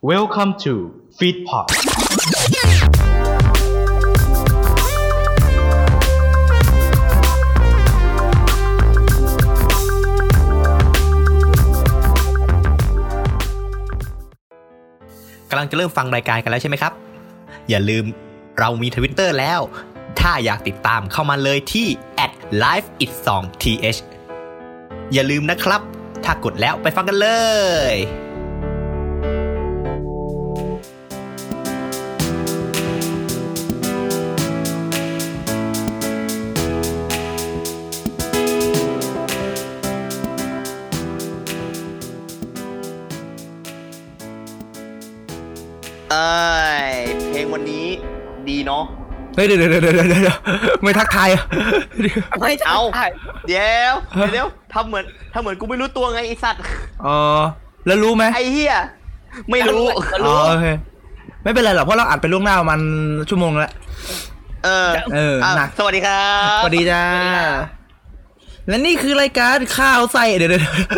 Welcome to Feedpot กำลังจะเริ่มฟังรายการกันแล้วใช่ไหมครับอย่าลืมเรามี Twitter แล้วถ้าอยากติดตามเข้ามาเลยที่ @liveitsongth อย่าลืมนะครับถ้ากดแล้วไปฟังกันเลยเพลงวันนี้ดีเนาะเฮ้ยเดี๋ยวไม่ทักทายไม่เอาเดี๋ยวทำเหมือนกูไม่รู้ตัวไงไอสัตว์แล้วรู้ไหมไอเหี้ยไม่รู้โอเคไม่เป็นไรหรอกเพราะเราอัดไปล่วงหน้ามันชั่วโมงแล้วสวัสดีครับสวัสดีจ้าและนี่คือรายการข่าวใส่เดี๋ยว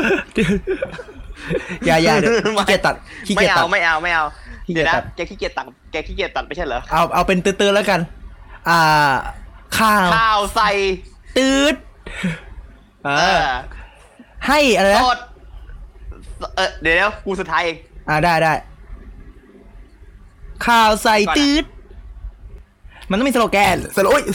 อย่าขี้เกียจตัดไม่เอาเดี๋ยวนะแกขี้เกียจตัดไม่ใช่เหรอเอาเป็นตื้อๆแล้วกันข่าวใส่ตืดให้อะไรนะเดี๋ยวกูสุดท้ายเองได้ข่าวใส่ตืดมันต้องมีสโลแกนเ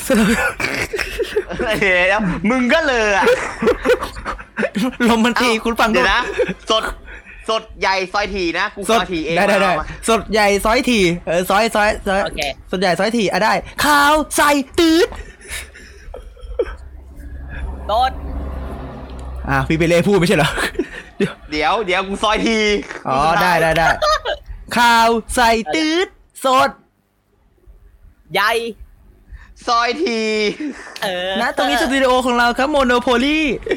ดี๋ยวมึงก็เลยลมมันทีคุณฟังเดี๋ยวนะสดใหญ่ซอยถี่นะกูซอยถี่เองได้สดใหญ่ซอยถี่ซอยโอเคสดใหญ่ซอยถี่ได้ข่าวใส่ตืดโดดพี่เปเล่พูดไม่ใช่เหรอเดี๋ยวกูซอยทีได้ข่าวใส่ตืดสดใหญ่ซอยทีนะตรงนี้สตูดิโอของเราครับโมโนโพลี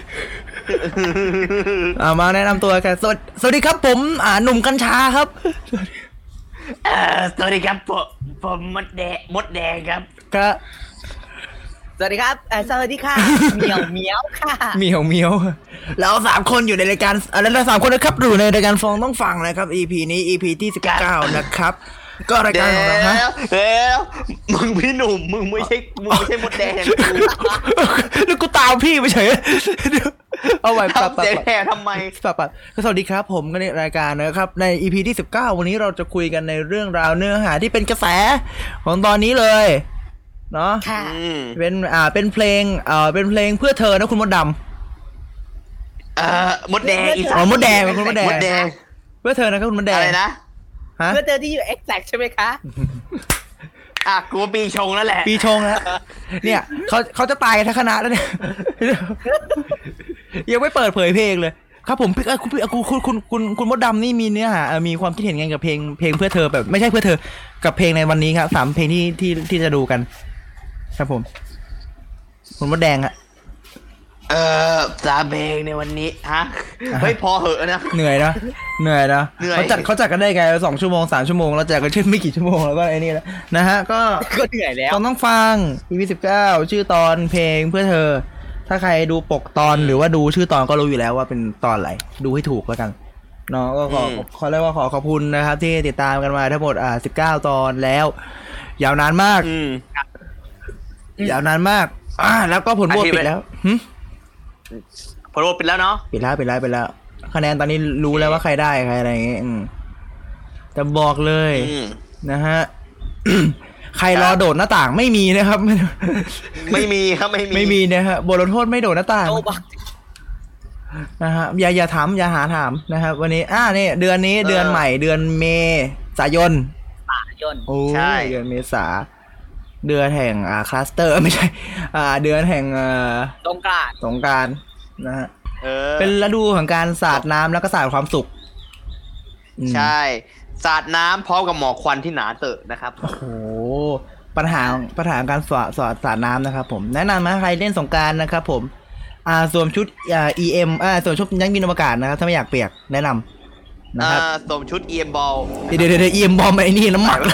มาแนะนำตัวกันสวัสดีครับผมหนุ่มกัญชาครับสวัสดีครับผมมดแดงครับสวัสดีครับสวัสดีค่ะเหมียวค่ะเหมียวเรา3คนอยู่ในรายการแล้วเรา3คนนะครับอยู่ในรายการฟองต้องฟังนะครับ EP นี้ EP ที่19นะครับก็รายการของเราฮะมึงพี่หนุ่มมึงไม่ใช่มดแดงแล้วกูตามพี่ไปเฉยเอาไว้ปรับทำไมก็สวัสดีครับผมก็ในรายการนะครับใน EP ที่19วันนี้เราจะคุยกันในเรื่องราวเนื้อหาที่เป็นกระแสของตอนนี้เลยเนาะเป็นเพลงเพื่อเธอนะคุณมดดำมดแดงมดแดงคุณมดแดงเพื่อเธอนะครับคุณมดแดงอะไรนะเพื่อเธอที่อยู่ exact ใช่ไหมคะกูปีชงแล้วแหละปีชงแล้วเนี่ยเขาจะตายกันทั้งคณะแล้วเนี่ยยังไม่เปิดเผยเพลงเลยครับผมคุณมดดำนี่มีเนื้อหามีความคิดเห็นไงกับเพลงเพื่อเธอแบบไม่ใช่เพื่อเธอกับเพลงในวันนี้ครับ3เพลงที่จะดูกันครับผมคุณมดแดงอะ 3เพลงในวันนี้ฮะเฮ้ยพอเหอะนะเหนื่อยนะเขาจัดกันได้ไง2ชั่วโมง3ชั่วโมงแล้วจัดกันแค่ไม่กี่ชั่วโมงแล้วก็ไอ้นี่แล้วนะฮะก็เหนื่อยแล้วต้องฟัง EP 19ชื่อตอนเพลงเพื่อเธอถ้าใครดูปกตอนหรือว่าดูชื่อตอนก็รู้อยู่แล้วว่าเป็นตอนอะไรดูให้ถูกแล้วกันเนาะก็ขอเรียกว่าขอบคุณนะครับที่ติดตามกันมาทั้งหมด19ตอนแล้วยาวนานมากแล้วก็ผลโหวตปิดแล้วผลโหวตปิดแล้วเนาะปิดแล้วคะแนนตอนนี้รู้แล้วว่าใครได้ใครอะไรอย่างเงี้ยแต่บอกเลยนะฮะใครรอโดดหน้าต่างไม่มีนะครับไม่มีครับไม่มีนะฮะบทลงโทษไม่โดดหน้าต่างนะฮะอย่าถามอย่าหาถามนะครับวันนี้นี่เดือนนี้เดือนใหม่เดือนเมษายนโอ้ใช่เดือนเมษาเดือนแห่งคลัสเตอร์ไม่ใช่เดือนแห่งสงกรานต์นะฮะเป็นฤดูของการสาดน้ำแล้วก็สาดความสุขใช่สาดน้ำพร้อมกับหมอกควันที่หนาเตอะนะครับโอ้โหปัญหาการสาดน้ำนะครับผมแนะนำนะใครเล่นสงกรานต์นะครับผมสวมชุดEM สวมชุดนักบินอวกาศนะครับถ้าไม่อยากเปียกแนะนำนะครับสวมชุด EM ball เดี๋ยว EM ball ไอ้นี่น้ำหมัก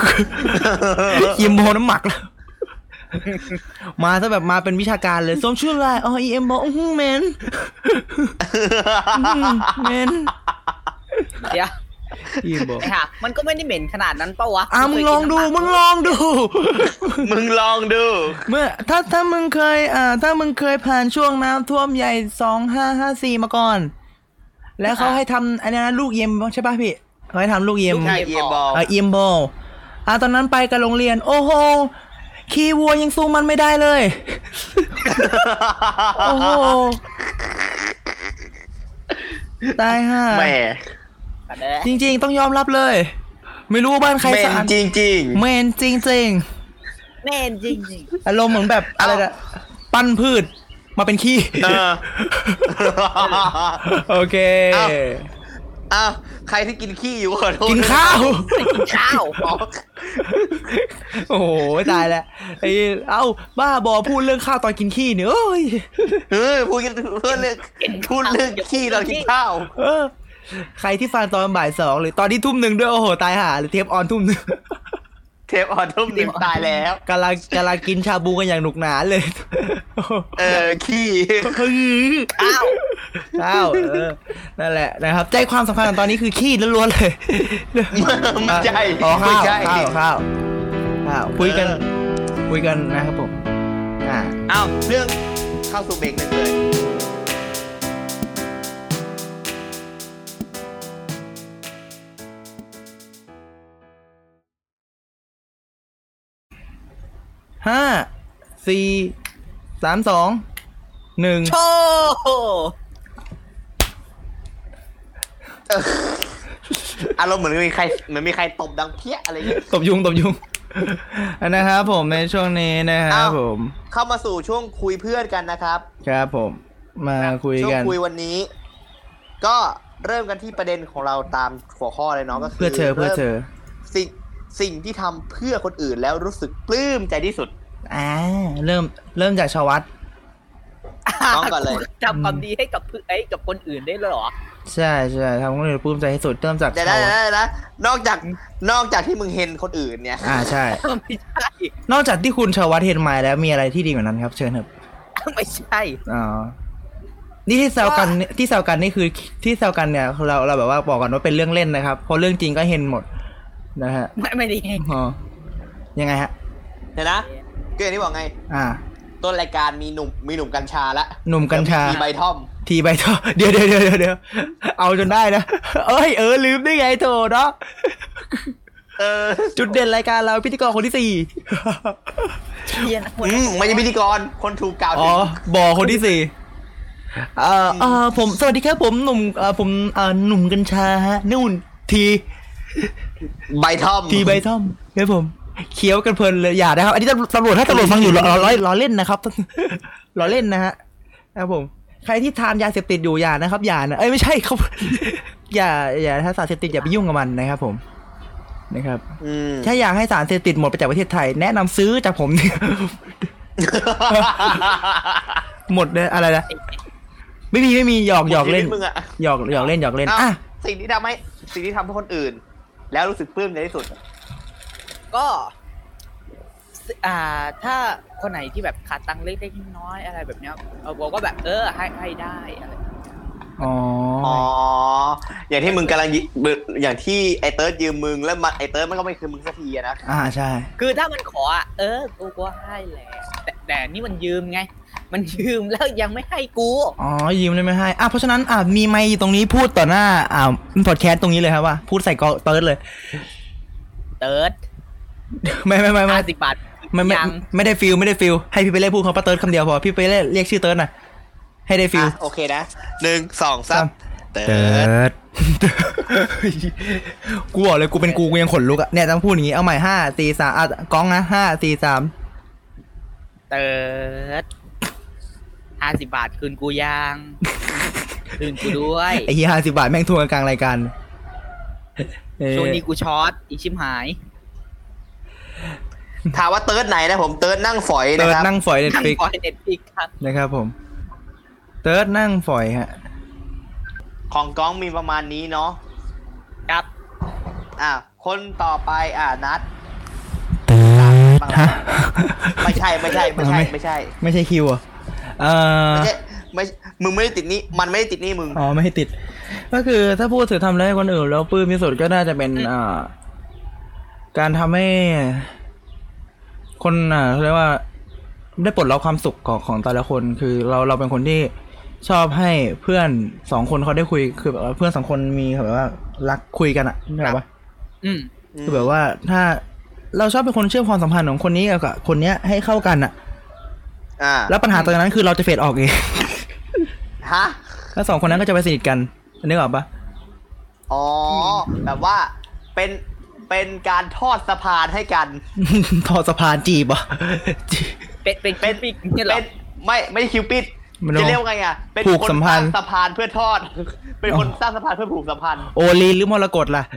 EM ball น้ำหมักมาซะแบบมาเป็นวิชาการเลยสวมชุดอะไรEM ballแมนเดี๋ยวขี้บอกค่ะมันก็ไม่ได้เหม็นขนาดนั้นปะวะมึงลองดูมึงลองดูเมื่อถ้ามึงเคยถ้ามึงเคยผ่านช่วงน้ำท่วมใหญ่2554มาก่อนแล้วเขาให้ทำอันนี้นะลูกเยี่ยมใช่ป่ะพี่เขาให้ทำลูกเยี่ยมใช่เอียบอลเยี่ยมบอลตอนนั้นไปกับโรงเรียนโอ้โหขี่วัวยังสู้มันไม่ได้เลยโอ้โหตายห่าแหมจริงๆต้องยอมรับเลยไม่รู้บ้านใครแม่สะอาดจริงเมนจริงแม่นจริงๆอารมณ์เหมือนแบบอะไรนะปั้นพืชมาเป็นขี้ โอเคอ้าวใครที่กินขี้อยู่ขอโทษกินข้าวกินข้าวโอ้โหตายแล้วบ้าบอพูดเรื่องข้าวตอนกินขี้เนี่ยพูดเรื่องขี้ตอนกินข้าวใครที่ฟังตอนบ่าย2หรือตอนที่ทุ่ม 1ด้วยโอ้โหตายห่าหรือเทปออนทุ่ม 1 เทปออนทุ่ม 1ตายแล้วกำลังกินชาบูกันอย่างหนุกหนานเลยขี้ข้าวนั่นแหละนะครับใจความสำคัญของตอนนี้คือขี้ล้วนๆเลยไม่ใช่ข้าวคุยกันนะครับผมเรื่องเข้าสู่เบรกหนึ่งเลย 5 4 3 2 1 โชอารมณ์เหมือนมีใครตบดังเพี้ยอะไรเงี้ยตบยุงนะครับผมในช่วงนี้นะครับผมเข้ามาสู่ช่วงคุยเพื่อนกันนะครับครับผมมาคุยกันช่วงคุยวันนี้ก็เริ่มกันที่ประเด็นของเราตามหัวข้อเลยเนาะก็คือเพื่อเธอสิ่งที่ทำเพื่อคนอื่นแล้วรู้สึกปลื้มใจที่สุดเริ่มจากชวัตต้องก่อนเลยทำความดีให้กับคนอื่นได้เลยเหรอใช่ทำคนอื่นปลื้มใจที่สุดเริ่มจากได้นอกจากที่มึงเห็นคนอื่นเนี่ยใช่ไม่ใช่นอกจากที่คุณชวัตเห็นมาแล้วมีอะไรที่ดีกว่านั้นครับเชิญครับไม่ใช่นี่ที่แซวกันนี่คือที่แซวกันเนี่ยเราแบบว่าบอกกันว่าเป็นเรื่องเล่นนะครับเพราะเรื่องจริงก็เห็นหมดนะฮะไม่ดียังไงฮะเห็นนะก็อย่างที่บอกไงต้นรายการมีหนุ่มกัญชาละหนุ่มกัญชาทีใบท่อมเดี๋ยวเอาจนได้นะลืมได้ไงโถเนาะจุดเด่นรายการเราพิธีกรคนที่4 ไม่ใช่พิธีกรคนถูกกล่าวถึงบอกคนที่4ผมสวัสดีครับผมหนุ่มหนุ่มกัญชาฮะนู่นทีใบท่อมครับผมเคี้ยวกันเพลินเลยอย่านะครับอันนี้ตำรวจฟังอยู่ล้อเล่นนะครับล้อเล่นนะฮะครับผมใครที่ทานยาเสพติดอยู่อย่านะครับอย่านะไม่ใช่ครับอย่าถ้าสารเสพติดอย่าไปยุ่งกับมันนะครับผมนะครับถ้าอยากให้สารเสพติดหมดไปจากประเทศไทยแนะนำซื้อจากผมหมดเลยอะไรนะไม่มีหยอกเล่นหยอกเล่นสิ่งที่ทำให้คนอื่นแล้วรู้สึกปลื้มใจที่สุดก็ถ้าคนไหนที่แบบขาดตังค์เล็กๆน้อยๆอะไรแบบเนี้ยเราก็แบบให้ได้อะไรอย่างที่มึงกำลังอย่างที่ไอเติร์ดยืมมึงแล้วไอเติร์ดมันก็ไม่คืนมึงสักทีนะใช่คือถ้ามันขอกูก็ให้แหละแต่นี่มันยืมไงมันยืมแล้วยังไม่ให้กูยืมเลยไม่ให้เพราะฉะนั้นมีไมค์ตรงนี้พูดต่อหน้าพอดแคสต์ตรงนี้เลยครับว่าพูดใส่กอเติร์ดเลยเติร์ดไม่ 10 บาทไม่ได้ฟิลให้พี่ไปเล่นพูดเขาป้าเติร์ดคำเดียวพอพี่ไปเรียกชื่อเติร์ดหน่อยให้ได้ฟิลโอเคนะ1 2 3เติร์ดกูบอกเลยกูเป็นกูยังขนลุกเนี่ยต้องพูดอย่างงี้เอาใหม่5 4 3ก้องนะ5 4 3 เติร์ด50 บาทคืนกูยังคืนกูด้วยไอ้เหี้ย50 บาทแม่งทวงกลางรายการช่วงนี้กูช็อตอีชิมหายถามว่าเติร์ดไหนนะผมเติร์ดนั่งฝอยนะครับเติร์ดนั่งฝอยเน็ตฟลิกครับนะครับผมเติร์ดนั่งฝอยฮะของก้องมีประมาณนี้เนาะครับคนต่อไปนัดไม่ใช่ไม่ใช่คิวไม่มึงไม่ได้ติดนี้มันไม่ได้ติดนี่มึงไม่ให้ติดก็คือถ้าพูดถึงทำอะไรให้คนอื่นแล้วปลื้มที่สุดก็น่าจะเป็นการทำให้คนเรียกว่าได้ปลดล็อกความสุขของแต่ละคนคือเราเป็นคนที่ชอบให้เพื่อน2 คนเขาได้คุยคือแบบว่าเพื่อน2 คนมีแบบว่ารักคุยกันเข้าใจปะคือแบบว่าถ้าเราชอบเป็นคนเชื่อมความสัมพันธ์ของคนนี้กับคนเนี้ยให้เข้ากันแล้วปัญหาตอนนั้นคือเราจะเฟดออกเองฮะแล้ว2 คนนั้นก็จะไปสนิทกันนึกออกปะอ๋อแบบว่าเป็นการทอดสะพานให้กันทอดสะพานจีบอ่ะเป็นปิกเนี่ยหรอไม่คิวปิดจะเรียกว่าไงเป็นผูกสัมพันธ์สะพานเพื่อทอดเป็นคนสร้างสะพานเพื่อผูกสัมพันธ์โอลีนหรือมรกตล่ะ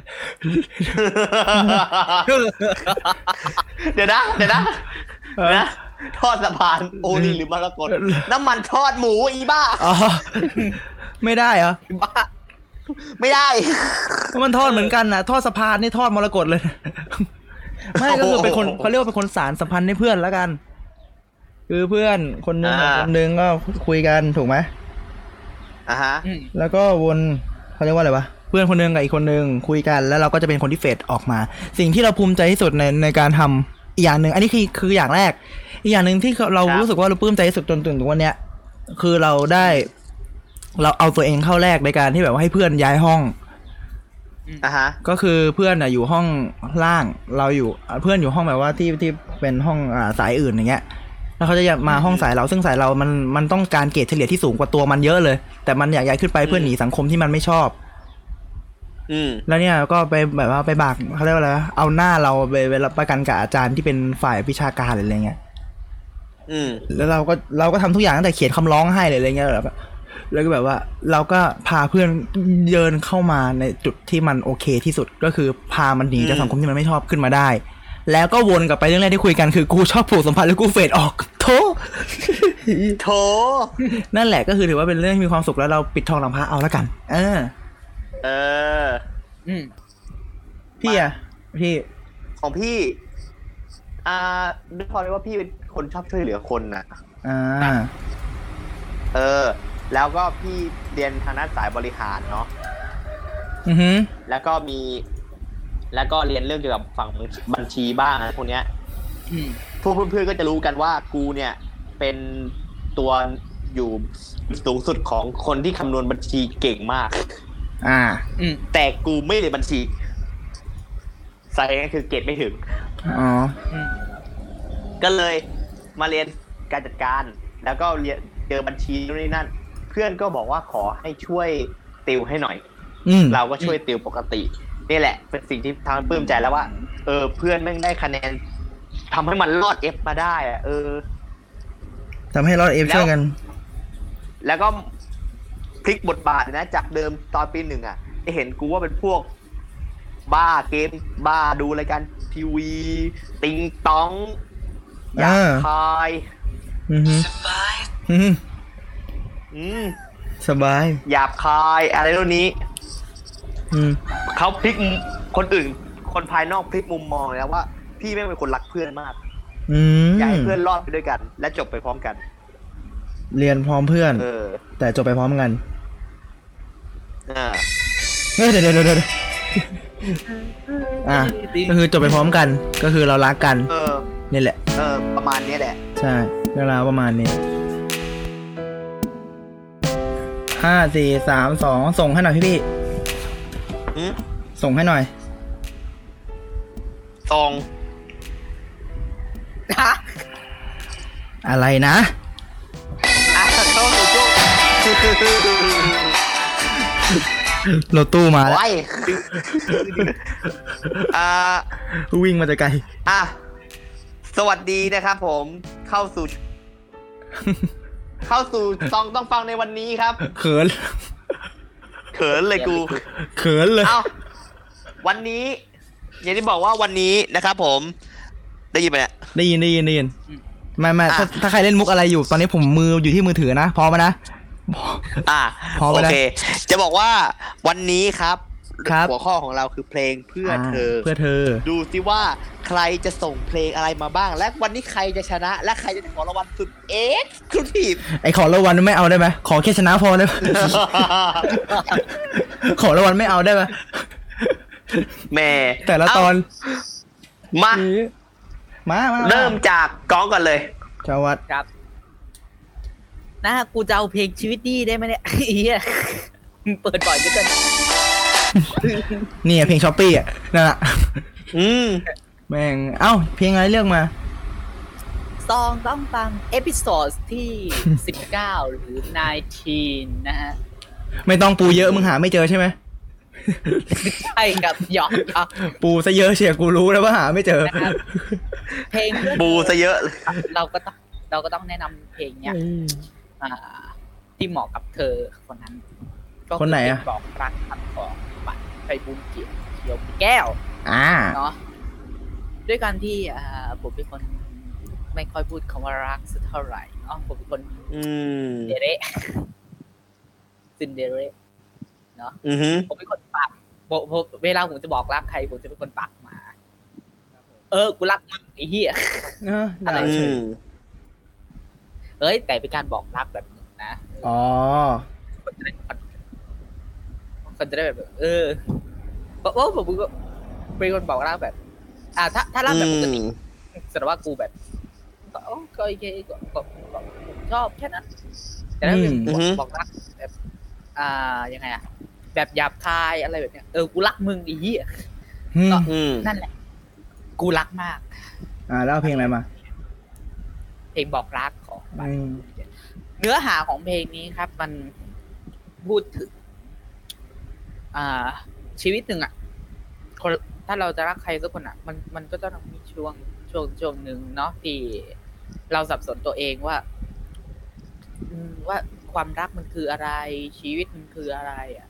เดี๋ยวนะทอดสะพานโอลีนหรือมรกตน้ำมันทอดหมูอีบ้าไม่ได้เหรอบ้าไม่ได้มันทอดเหมือนกันทอดสะพานนี่ทอดมรกตเลยไม่ก็คือเป็นคนเขาเรียกว่าเป็นคนสารสัมพันธ์ให้เพื่อนแล้วกันคือเพื่อนคนนึงคนนึงก็คุยกันถูกไหมฮะแล้วก็วนเขาเรียกว่าอะไรวะเพื่อนคนนึงกับอีกคนนึงคุยกันแล้วเราก็จะเป็นคนที่เฟดออกมาสิ่งที่เราภูมิใจที่สุดในการทำอีกอย่างหนึ่งอันนี้คืออย่างแรกอีกอย่างหนึ่งที่เรารู้สึกว่าเราปลื้มใจที่สุดจนถึงวันเนี้ยคือเราเอาตัวเองเข้าแรกในการที่แบบว่าให้เพื่อนย้ายห้องก็คือเพื่อนอยู่ห้องล่างเราอยู่เพื่อนอยู่ห้องแบบว่าที่เป็นห้องสายอื่นอย่างเงี้ยแล้วเขาจะมาห้องสายเราซึ่งสายเรามันต้องการเกรดเฉลี่ยที่สูงกว่าตัวมันเยอะเลยแต่มันอยากย้ายขึ้นไปเพื่อหนีสังคมที่มันไม่ชอบแล้วเนี่ยก็ไปแบบว่าไปบากเขาเรียกว่าอะไรเอาหน้าเราไปรับประกันกับอาจารย์ที่เป็นฝ่ายวิชาการอะไรเงี้ยแล้วเราก็ทำทุกอย่างตั้งแต่เขียนคำร้องให้เลยอะไรเงี้ยแล้วก็แบบว่าเราก็พาเพื่อนเดินเข้ามาในจุดที่มันโอเคที่สุดก็คือพามันหนีจากสังคมที่มันไม่ชอบขึ้นมาได้แล้วก็วนกลับไปเรื่องแรกที่คุยกันคือกูชอบผูกสัมพันธ์แล้วกูเฟดออกโถนั่นแหละก็คือถือว่าเป็นเรื่องที่มีความสุขแล้วเราปิดทองหลังพระเอาแล้วกันพี่พี่ของพี่ด้วยความที่ว่าพี่เป็นคนชอบช่วยเหลือคนแล้วก็พี่เรียนทางด้านสายบริหารเนาะแล้วก็เรียนเรื่องเกี่ยวกับฝั่งบัญชีบ้างนะพวกเนี้ยพวกเพื่อนๆก็จะรู้กันว่ากูเนี่ยเป็นตัวอยู่สูงสุดของคนที่คำนวณบัญชีเก่งมากแต่กูไม่เรียนบัญชีสาเหตุคือเกรดไม่ถึงก็เลยมาเรียนการจัดการแล้วก็เรียนเจอบัญชีนู่นนี่นั่นเพื่อนก็บอกว่าขอให้ช่วยติวให้หน่อยเราก็ช่วยติวปกตินี่แหละเป็นสิ่งที่ทำให้ปลื้มใจแล้วว่าเพื่อนแม่งได้คะแนนทำให้มันรอด F มาได้ทำให้รอด F ช่วยกันแล้วก็พลิกบทบาทนะจากเดิมตอนปี 1ได้เห็นกูว่าเป็นพวกบ้าเกมบ้าดูรายการทีวีติงตองอยากคายสบายหยาบคายอะไรพวกนี้เขาพลิกคนอื่นคนภายนอกพลิกมุมมองแล้วว่าพี่แม่งเป็นคนรักเพื่อนมากอยากให้เพื่อนรอดไปด้วยกันและจบไปพร้อมกันเรียนพร้อมเพื่อนแต่จบไปพร้อมกันเดี๋ยวก็คือจบไปพร้อมกันก็คือเรารักกันนี่แหละประมาณนี้แหละใช่เรื่องราวประมาณนี้5 4 3 2ส่งให้หน่อยพี่ส่งให้หน่อยส่งอะไรนะรถตู้มาแล้ววิ่งมาแต่ไกลสวัสดีนะครับผมเข้าสู่ต้องฟังในวันนี้ครับเขินเลยกูเขินเลยวันนี้อย่างที่บอกว่าวันนี้นะครับผมได้ยินไหมเนี่ยได้ยินไม่ถ้าใครเล่นมุกอะไรอยู่ตอนนี้ผมมืออยู่ที่มือถือนะพร้อมนะโอเคจะบอกว่าวันนี้ครับครับหัวข้อของเราคือเพลงเพื่อเธอเพื่อเธอดูสิว่าใครจะส่งเพลงอะไรมาบ้าง และวันนี้ใครจะชนะ และใครจะได้ของรางวัลสุดครูทีมไอขอรางวัลไม่เอาได้ไหมขอแค่ชนะพอได้ไหม ขอรางวัลไม่เอาได้ไหมแม่แต่ละตอนมามาเริ่มจากก้องก่อนเลยชาววัดครับนะกูจะเอาเพลงชีวิตดีได้ไหมเนี่ยเฮียเปิดบ่อยเหลือเกินนี่เพลงช้อปปี้อ่ะนั่นแหละ แม่งเอ้าเพลงอะไรเลือกมาซองต้องฟังเอพิโซดที่ 19 หรือ 19 นะฮะไม่ต้องปูเยอะมึงหาไม่เจอใช่ไหมใช่กับหยอกครับปูซะเยอะเชียร์กูรู้แล้วว่าหาไม่เจอนะครับเพลงปูซะเยอะเราก็ต้องแนะนำเพลงเนี้ยที่เหมาะกับเธอคนนั้นก็คนไหนอะบอกรักคำของบัตรไพบุญเกียรติเขียวแก้ว เนาะด้วยการที่ผมเป็นคนไม่ค่อยพูดคำว่ารักสักเท่าไหร่เนาะผมเป็นคนเดเรซินเดเรเนาะผมเป็นคนปากเวลาผมจะบอกรักใครผมจะเป็นคนปากมากูรักมึงไอ้เหี้ยอะไรแต่เป็นการบอกรักแบบนึงนะคนจะได้แบบเพราะผมก็เป็นคนบอกรักแบบถ้ารักแบบปกติแสดงว่ากูแบบก็โอเคก็ชอบแค่นั้นแต่ถ้าเป็นบอกรักแบบยังไงอะแบบหยาบคายอะไรแบบเนี้ยกูรักมึงอีเหี้ยก็นั่นแหละกูรักมากแล้วเพลงอะไรมาเพลงบอกรักของเนื้อหาของเพลงนี้ครับมันพูดถึงชีวิตหนึ่งอะคนถ้าเราจะรักใครสักคนอ่ะมันก็จะต้องมีช่วงหนึ่งเนาะที่เราสับสนตัวเองว่าความรักมันคืออะไรชีวิตมันคืออะไรอ่ะ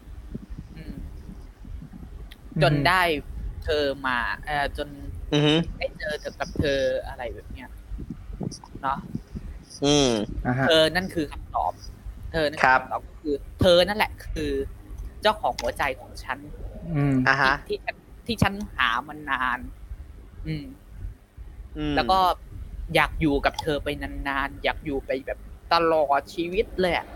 จนได้เธอมาจนได้เจอกับเธออะไรแบบเนี้ยเนาะเธอนั่นคือคำตอบเธอนั่นคือคำตอบคือเธอนั่นแหละคือเจ้าของหัวใจของฉันที่ฉันหามานานแล้วก็อยากอยู่กับเธอไปนานๆอยากอยู่ไปแบบตลอดชีวิตเลยอ่ะ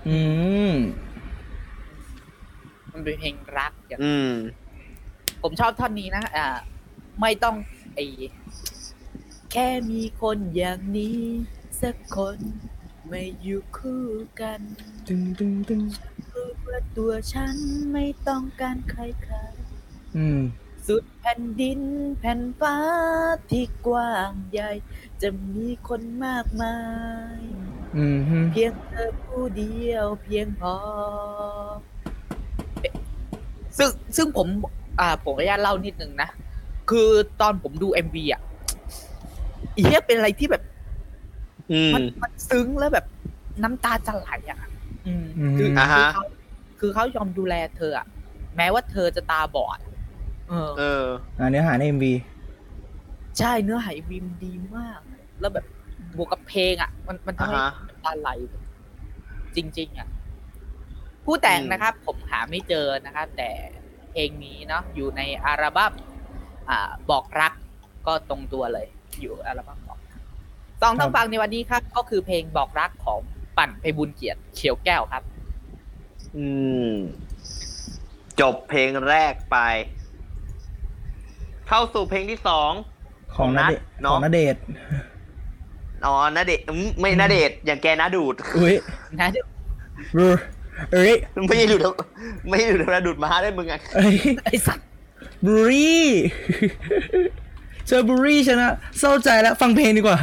มันเป็นเพลงรักอย่างผมชอบท่อนนี้นะไม่ต้องแค่มีคนอย่างนี้สักคนไม่อยู่คู่กันรู้ว่าตัวฉันไม่ต้องการใครสุดแผ่นดินแผ่นฟ้าที่กว้างใหญ่จะมีคนมากมายเพียงเธอผู้เดียวเพียงพอซึ่งผมขออนุญาตเล่านิดนึงนะคือตอนผมดู MV อ่ะอีเหี้ยเป็นอะไรที่แบบมันซึ้งแล้วแบบน้ำตาจะไหลอ่ะคือเขายอมดูแลเธออ่ะแม้ว่าเธอจะตาบอดเนื้อหาใน MV ใช่เนื้อหา MV มันดีมากแล้วแบบบวกกับเพลงอ่ะมันทำให้ตาไหลจริงๆอ่ะผู้แต่งนะครับผมหาไม่เจอนะครับแต่เพลงนี้เนาะอยู่ในอัลบั้มบอกรักก็ตรงตัวเลยอยู่อัลบั้มบอกต้องฟังในวันนี้ครับก็คือเพลงบอกรักของปั่นไพบุญเกียรติเขียวแก้วครับจบเพลงแรกไปเข้าสู่เพลงที่2ของนัทเนาะณเดชน์ณเดชน์ไม่ณเดชน์อย่างแกนะดูดณเดชน์ไม่ได้ดูดนะดูดมาได้มึงอ่ะไอ้สัตว์บุรีเจอบุรีชนะเศร้าใจแล้วฟังเพลงดีกว่า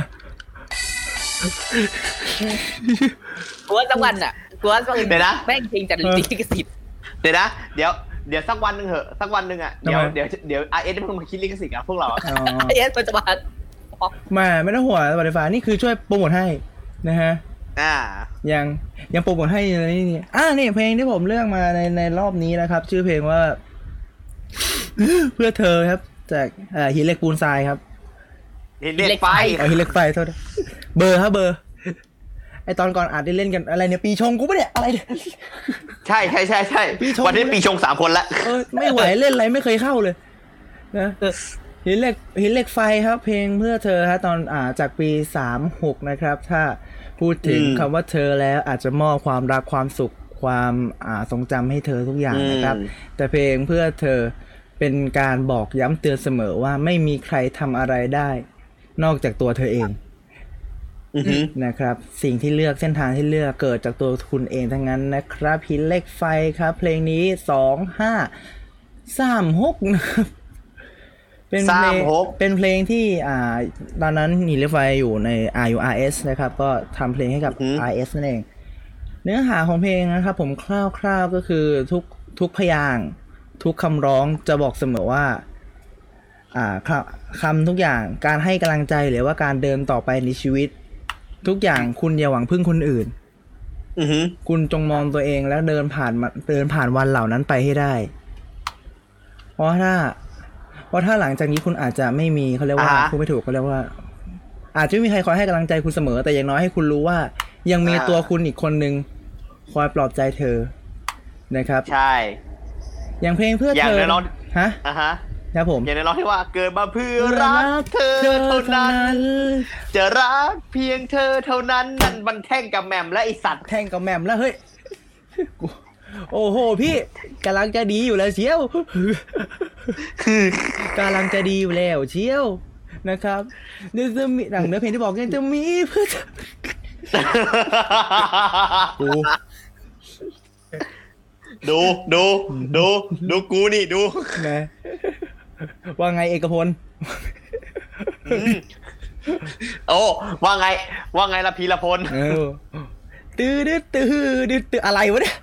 กูว่าสักวันอ่ะกูว่าสักวันแม่งเพลงจัดลิขสิทธิ์เดี๋ยวสักวันนึงเหอะสักวันนึงอ่ะเดี๋ยว RS จะเพิ่งมาคิดลิขสิทธิ์กับพวกเรา RS ปัจจุบันไม่ต้องห่วงSpotifyนี่คือช่วยโปรโมทให้นะฮะยังโปรโมทให้นี่นี่เพลงที่ผมเลือกมาในรอบนี้นะครับชื่อเพลงว่าเพื่อเธอครับจากหินเหล็กปูนทรายครับหินเหล็กไฟหินเหล็กไฟโทษเบอร์ครับเบอร์ไอตอนก่อนอาจได้เล่นกันอะไรเนี่ยปีชงกูปะเนี่ยอะไรเนี่ยใช่วันนี้ปีชง3 คนละไม่ไหวเล่นอะไรไม่เคยเข้าเลยนะหินเหล็กไฟครับเพลงเพื่อเธอฮะตอนจากปี36นะครับถ้าพูดถึงคำว่าเธอแล้วอาจจะมอบความรักความสุขความทรงจำให้เธอทุกอย่างนะครับแต่เพลงเพื่อเธอเป็นการบอกย้ำเตือนเสมอว่าไม่มีใครทำอะไรได้นอกจากตัวเธอเองนะครับสิ่งที่เลือกเส้นทางที่เลือกเกิดจากตัวคุณเองทั้งนั้นนะครับหินเหล็กไฟครับเพลงนี้2536นะครับเป็นเพลงที่ตอนนั้นหินเหล็กไฟอยู่ในRURS นะครับก็ทำเพลงให้กับ RS นั่นเองเนื้อหาของเพลงนะครับผมคร่าวๆก็คือทุกพยางค์ทุกคำร้องจะบอกเสมอว่าคำทุกอย่างการให้กำลังใจหรือว่าการเดินต่อไปในชีวิตทุกอย่างคุณอย่าหวังพึ่งคนอื่นคุณจงมองตัวเองแล้วเดินผ่านวันเหล่านั้นไปให้ได้เพราะถ้าหลังจากนี้คุณอาจจะไม่มีเขาเรียกว่าคุณไม่ถูกเขาเรียกว่าอาจจะไม่มีใครคอยให้กำลังใจคุณเสมอแต่อย่างน้อยให้คุณรู้ว่ายังมีตัวคุณอีกคนนึงคอยปลอบใจเธอนะครับใช่อย่างเพลงเพื่อเธอฮะครับผมอย่างในร้องที่ว่าเกิดมาเพื่อรักเธอเท่านั้นจะรักเพียงเธอเท่านั้นนั่นมันแท่งกับแหม่มและไอสัตว์แท่งกับแหม่มแล้วเฮ้ยโอ้โหพี่กำลังจะดีอยู่แล้วเชียวกำลังจะดีอยู่แล้วเชียวนะครับเนื้อมีหนังเนื้อเพลงที่บอกยังจะมีเพื่อดูกูนี่ดูนะว่าไงเอกพลโอ้ว่าไงละพีละพลตื้ออะไรวะเนี่ย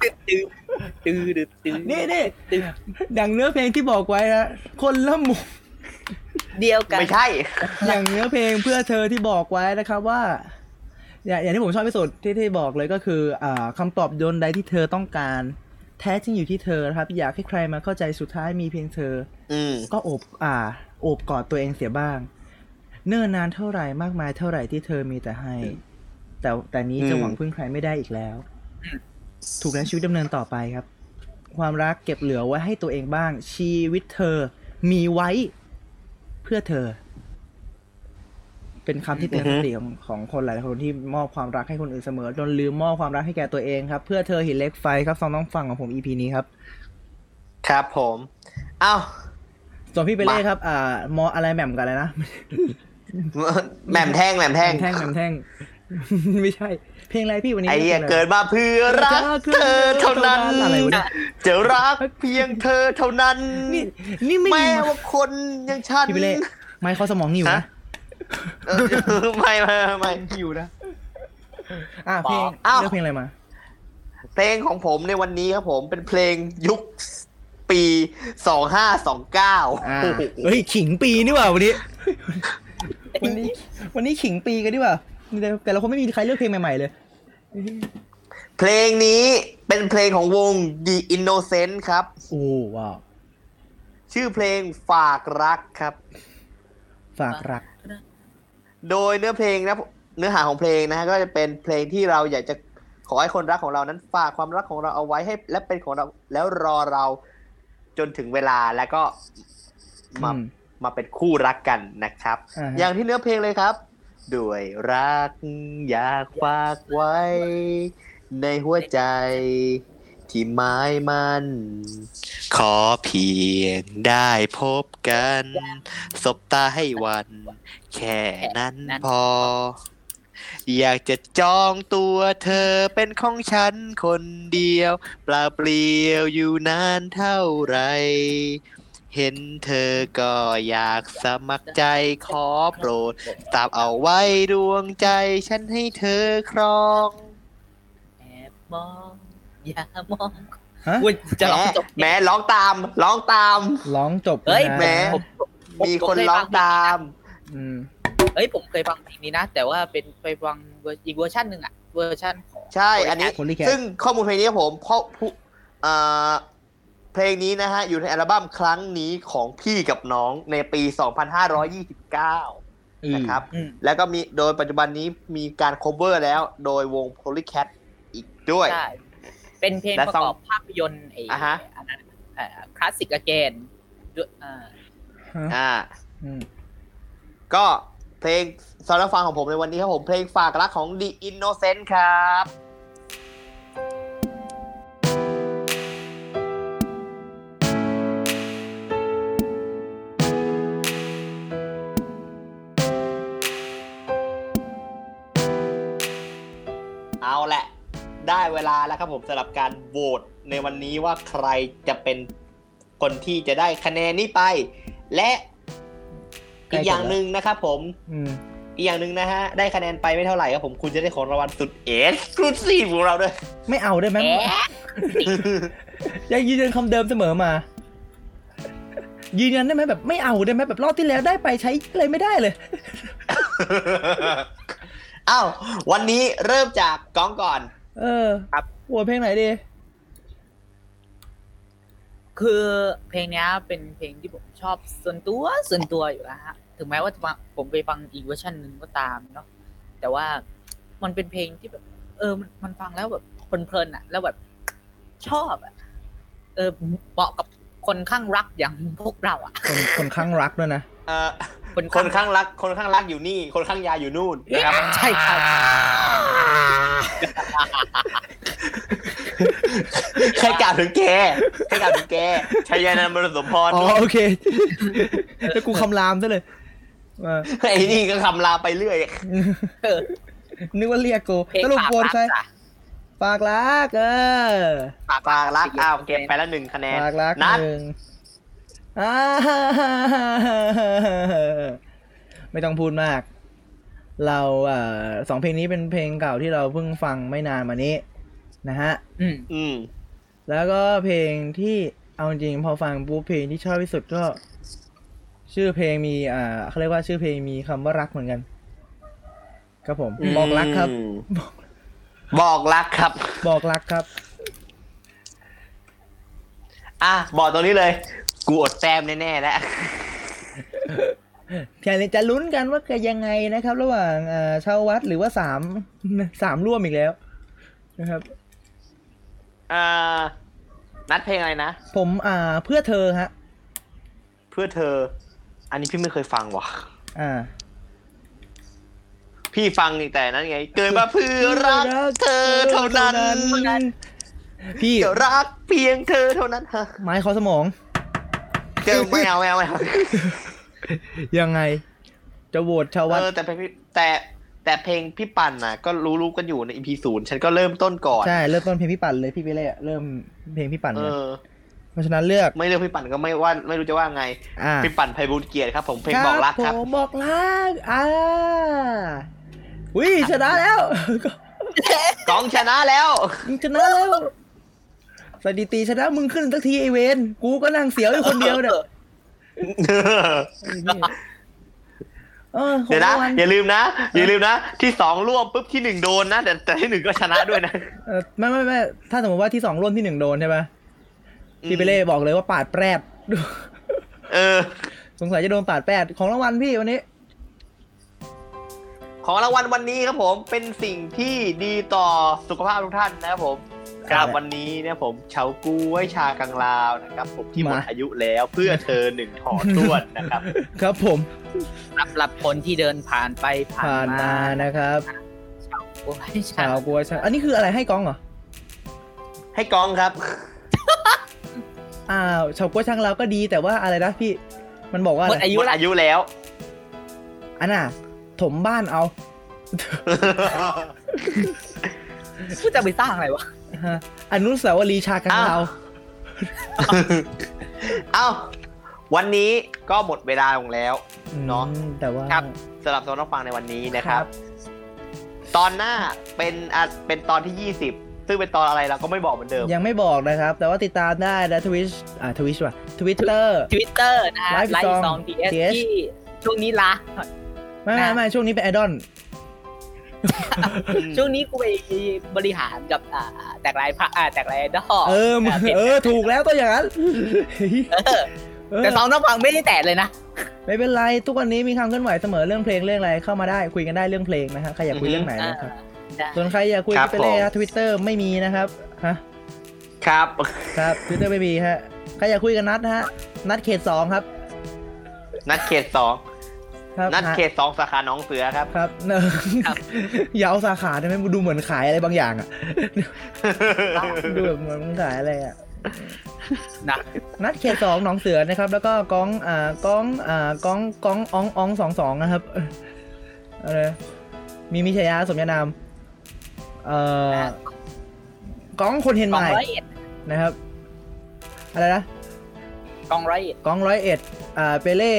นี่ดังเนื้อเพลงที่บอกไว้นะคนละมุมเดียวกันไม่ใช่อย่างเนื้อเพลงเพื่อเธอที่บอกไว้นะครับว่าอย่างที่ผมชอบที่สุดที่บอกเลยก็คือคำตอบโยนใดที่เธอต้องการแท้จริงอยู่ที่เธอครับอยากให้ใครมาเข้าใจสุดท้ายมีเพียงเธอก็โอบกอดตัวเองเสียบ้างเนิ่นนานเท่าไหร่มากมายเท่าไหร่ที่เธอมีแต่ให้แต่นี้จะหวังพึ่งใครไม่ได้อีกแล้วถูกแล้วชีวิตดำเนินต่อไปครับความรักเก็บเหลือไว้ให้ตัวเองบ้างชีวิตเธอมีไว้เพื่อเธอเป็นคำที่เตือนสติของคนหลายคนที่มอบความรักให้คนอื่นเสมอจนลืมมอบความรักให้แก่ตัวเองครับเพื่อเธอหินเหล็กไฟครับต้องฟังของผม EP นี้ครับครับผมส่วนพี่ไปเล่ครับมออะไรแหม่มกันเลยนะแหม่มแท่งไม่ใช่เพลงอะไรพี่วันนี้ไอ้เกิดมาเพื่อรักเธอเท่านั้นจะรักเพียงเธอเท่านั้นนี่แม้ว่าคนอย่างฉันพี่ไปเล่ไม่เขาสมองนิ่วนะไม่อยู่นะเพลงเลือกเพลงอะไรมาเพลงของผมในวันนี้ครับผมเป็นเพลงยุคปี2529 เฮ้ยขิงปีนี่หว่าวันนี้ขิงปีกันดีกว่าแต่เราคงไม่มีใครเลือกเพลงใหม่ๆเลยเพลงนี้เป็นเพลงของวง The Innocent ครับโอ้ว้าวชื่อเพลงฝากรักครับฝากรักโดยเนื้อเพลงนะเนื้อหาของเพลงนะฮะก็จะเป็นเพลงที่เราอยากจะขอให้คนรักของเรานั้นฝากความรักของเราเอาไว้ให้และเป็นของเราแล้วรอเราจนถึงเวลาแล้วก็มาเป็นคู่รักกันนะครับอย่างที่เนื้อเพลงเลยครับด้วยรักอยากฝากไว้ในหัวใจที่หมายมันขอเพียงได้พบกันสบตาให้วันแค่นั้นพออยากจะจองตัวเธอเป็นของฉันคนเดียวเปล่าเปลี่ยวอยู่นานเท่าไรเห็นเธอก็อยากสมัครใจขอโปรดตามเอาไว้ดวงใจฉันให้เธอครองแอบมองอย่ามองจะร้องจบแม้ร้องตามร้องจบเฮ้ยแม้มีคนร้องตามเฮ้ยผมเคยฟังเพลงนี้นะแต่ว่าเป็นไปฟังอีกเวอร์ชันหนึ่งอะเวอร์ชันของใช่อันนี้ซึ่งข้อมูลเพลงนี้ผมเพราะเพลงนี้นะฮะอยู่ในอัลบั้มครั้งนี้ของพี่กับน้องในปี2529 นะครับแล้วก็มีโดยปัจจุบันนี้มีการ cover แล้วโดยวง Polycat อีกด้วยใช่เป็นเพลงประกอบภาพยนตร์อันนั้นคลาสสิกเกนก็เพลงสำหรับฟังของผมในวันนี้ครับผมเพลงฝากรักของ The Innocent ครับเอาแหละได้เวลาแล้วครับผมสำหรับการโหวตในวันนี้ว่าใครจะเป็นคนที่จะได้คะแนนนี้ไปและอีกอย่างหนึ่งนะครับผมอีกอย่างหนึ่งนะฮะได้คะแนนไปไม่เท่าไหร่ครับผมคุณจะได้ของรางวัลสุดเอ็กซ์คลูซีฟของเราด้วยไม่เอาได้ไหมยังยืนยันคำเดิมเสมอมายืนยันได้ไหมแบบไม่เอาได้ไหมแบบรอบที่แล้วได้ไปใช้เลยไม่ได้เลยอ้าววันนี้เริ่มจากก้องก่อนครับหัวเพลงไหนดีคือเพลงนี้เป็นเพลงที่ผมชอบส่วนตัวอยู่นะฮะถึงแม้ว่าผมไปฟังอีกเวอร์ชันนึงก็ตามเนาะแต่ว่ามันเป็นเพลงที่แบบมันฟังแล้วแบบเพลินๆอ่ะแล้วแบบชอบอ่ะเหมาะกับคนข้างรักอย่างพวกเราอ่ะคนข้างรักด้วยนะคนข้างรักอยู่นี่คนข้างยาอยู่นู่นนะครับใช่ครับใครกล่าวถึงแกชัยยานันท์มรสมพรโอเคแล้วกูคำรามซะเลยไอ้นี่ก็คำรามไปเรื่อยนึกว่าเรียกกูสรุปโหวตใครฝากรักฝากรักเก็บไปแล้ว1คะแนนฝากรัก1ไม่ต้องพูดมากเรา2เพลงนี้เป็นเพลงเก่าที่เราเพิ่งฟังไม่นานมานี้นะฮะแล้วก็เพลงที่เอาจริงพอฟังปุ๊บเพลงที่ชอบที่สุดก็ชื่อเพลงมีเขาเรียกว่าชื่อเพลงมีคำว่ารักเหมือนกันครับผมบอกรักครับบอกรักครับบอกตรงนี้เลยกูอดแต้มแน่ๆแล้วจะลุ้นกันว่าจะยังไงนะครับระหว่างชาววัดหรือว่า3ร่วมอีกแล้วนะครับนัดเพลงอะไรนะผมเพื่อเธอฮะเพื่อเธออันนี้พี่ไม่เคยฟังว่ะพี่ฟังแต่นั้นไงเกิดมาเพื่อรักเธอเท่านั้นพี่รักเพียงเธอเท่านั้นฮะไม้คอสมองไม่เอายังไงจะโหวตชาววัดแต่เพลงพี่ปั่นน่ะก็รู้กันอยู่ใน EP 0ฉันก็เริ่มต้นก่อนใช่เริ่มต้นเพลงพี่ปั่นเลยพี่ไปเลยเริ่มเพลงพี่ปั่นเลยเพราะฉะนั้นเลือกไม่เลือกพี่ปั่นก็ไม่รู้จะว่าไงพี่ปั่นไพบูลย์เกียรติครับผมเพลงบอกรักครับผมบอกรักอุ้ยชนะแล้วกองชนะแล้วสถิติชนะมึงขึ้นสักทีไอเวนกูก็นั่งเสียวอยู่คนเดียวเนี่ยเดี๋ยวนะอย่าลืมนะที่2ร่วมปุ๊บที่1โดนนะแต่ที่1ก็ชนะด้วยนะไม่ถ้าสมมติว่าที่2ร่วมที่1โดนใช่ป่ะพี่เปเล่บอกเลยว่าปาดแปรดสงสัยจะโดนปาดแปรดของรางวัลพี่วันนี้ของรางวัลวันนี้ครับผมเป็นสิ่งที่ดีต่อสุขภาพทุกท่านนะครับผมครับวันนี้เนี่ยผมเฉาก๊วยชากังลาวนะครับผมที่หมดอายุแล้วเพื่อเธอ1ห่อท้วนนะครับครับผมรับคนที่เดินผ่านไปผ่านมานะครับเฉาก๊วยชาอันนี้คืออะไรให้กองเหรอให้กองครับเฉาก๊วยชากังลาวก็ดีแต่ว่าอะไรนะพี่มันบอกว่าหมดอายุแล้วอันน่ะถมบ้านเอาพูดจะไปสร้างอะไรวะอนุสาวรีย์ชากังลาววันนี้ก็หมดเวลาลงแล้วเนาะแต่ว่าสำหรับตัวน้องฟังในวันนี้นะครับตอนหน้าเป็นตอนที่20ซึ่งเป็นตอนอะไรเราก็ไม่บอกเหมือนเดิมยังไม่บอกนะครับแต่ว่าติดตามได้นะTwitch ว่ะ Twitter นะไลฟ์ซอง TS ที่ช่วงนี้ละไม่ช่วงนี้เป็นไอดอลช่วงนี้กูไปบริหารกับแตกลายดอถูกแล้วตัวอย่างนั้นแต่ซองน้องฟังไม่ได้แตะเลยนะไม่เป็นไรทุกวันนี้มีความเคลื่อนไหวเสมอเรื่องเพลงเรื่องอะไรเข้ามาได้คุยกันได้เรื่องเพลงนะฮะใครอยากคุยเรื่องไหนนะครับส่วนใครอยากคุยกันไปเลยนะ Twitter ไม่มีนะครับฮะครับ Twitter ไม่มีฮะใครอยากคุยกันนัดนะฮะนัดเขต2ครับนัดเขต2นัดเขต2สาขาหนองเสือครับครับอย่าเอาสาขาได้ไหมดูเหมือนขายอะไรบางอย่างอ่ะดูแบบเหมือนขายอะไรอ่ะนัดเขต2หนองเสือนะครับแล้วก็ก้องอ๋อง22นะครับอะไรมีฉายาสมญานามก้องคนเห็นใหม่นะครับอะไรนะก้อง 101เปเล่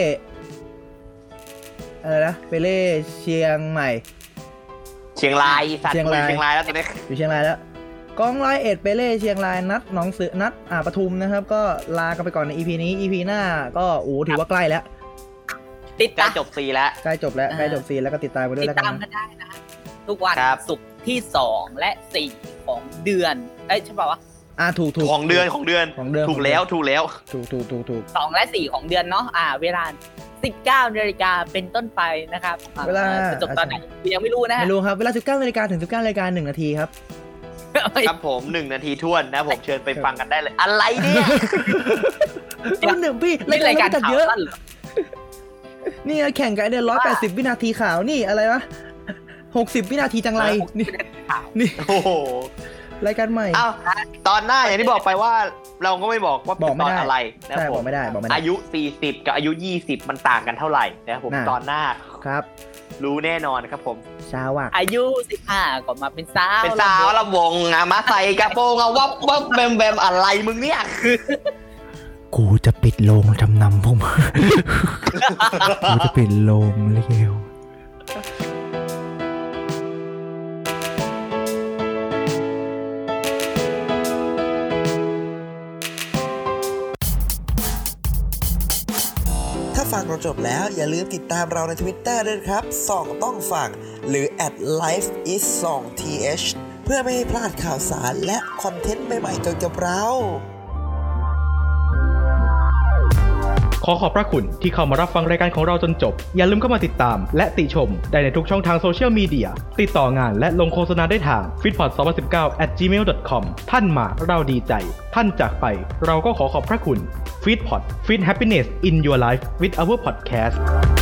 อะไรนะเปเล่เชียงใหม่เชียงรายสัตว์เชียงรายแล้วตอนนี้อยู่เชียงรายแล้วก้อง101เปเล่เชียงรายนัดหนองเสือนัดปทุมนะครับก็ลากันไปก่อนใน EP นี้ EP หน้าก็ถือว่าใกล้แล้วติดตามจบซีแล้วใกล้จบแล้วแล้วก็ติดตามไปด้วยแล้วกันติดตามกันได้นะทุกวันศุกร์ที่2และ4ของเดือนใช่ป่าววะถูกของเดือนถูกแล้วถูก 2และ4ของเดือนเนาะเวลา 19:00 นเป็นต้นไปนะครับเวลาจะจบตอนไหนยังไม่รู้นะไม่รู้ครับเวลา 19:00 นถึง 19:00 น1 นาทีครับครับผม1 นาทีท้วนนะผมเชิญไปฟังกันได้เลยอะไรเนี่ยพี่รายการตัดเยอะนี่แข่งกันเนี่ย180 วินาทีข่าวนี่อะไรวะ60 วินาทีจังไรนี่โอ้โหรายการใหม่ตอนหน้าอย่างที่บอกไปว่าเราก็ไม่บอกว่าเป็นตอนอะไรนะผมบอกไม่ได้อายุ40กับอายุ20มันต่างกันเท่าไหร่นะครับผมตอนหน้าครับรู้แน่นอนครับผมชาวอ่ะอายุ15ก็มาเป็นสาวลำวงมาใส่กระโปรงวับแบมอะไรมึงเนี่ยกูจะปิดโรงจำนำผมกูจะปิดโรงเร็วฟังเราจบแล้วอย่าลืมติดตามเราใน Twitter ด้วยครับส่องต้องฟังหรือ @lifeis2th เพื่อไม่ให้พลาดข่าวสารและคอนเทนต์ใหม่ๆเกี่ยวกับเราขอขอบพระคุณที่เข้ามารับฟังรายการของเราจนจบอย่าลืมเข้ามาติดตามและติชมได้ในทุกช่องทางโซเชียลมีเดียติดต่องานและลงโฆษณาได้ทาง feedpot2019@gmail.com ท่านมาเราดีใจท่านจากไปเราก็ขอขอบพระคุณ Feedpot Feed Happiness in Your Life with our podcast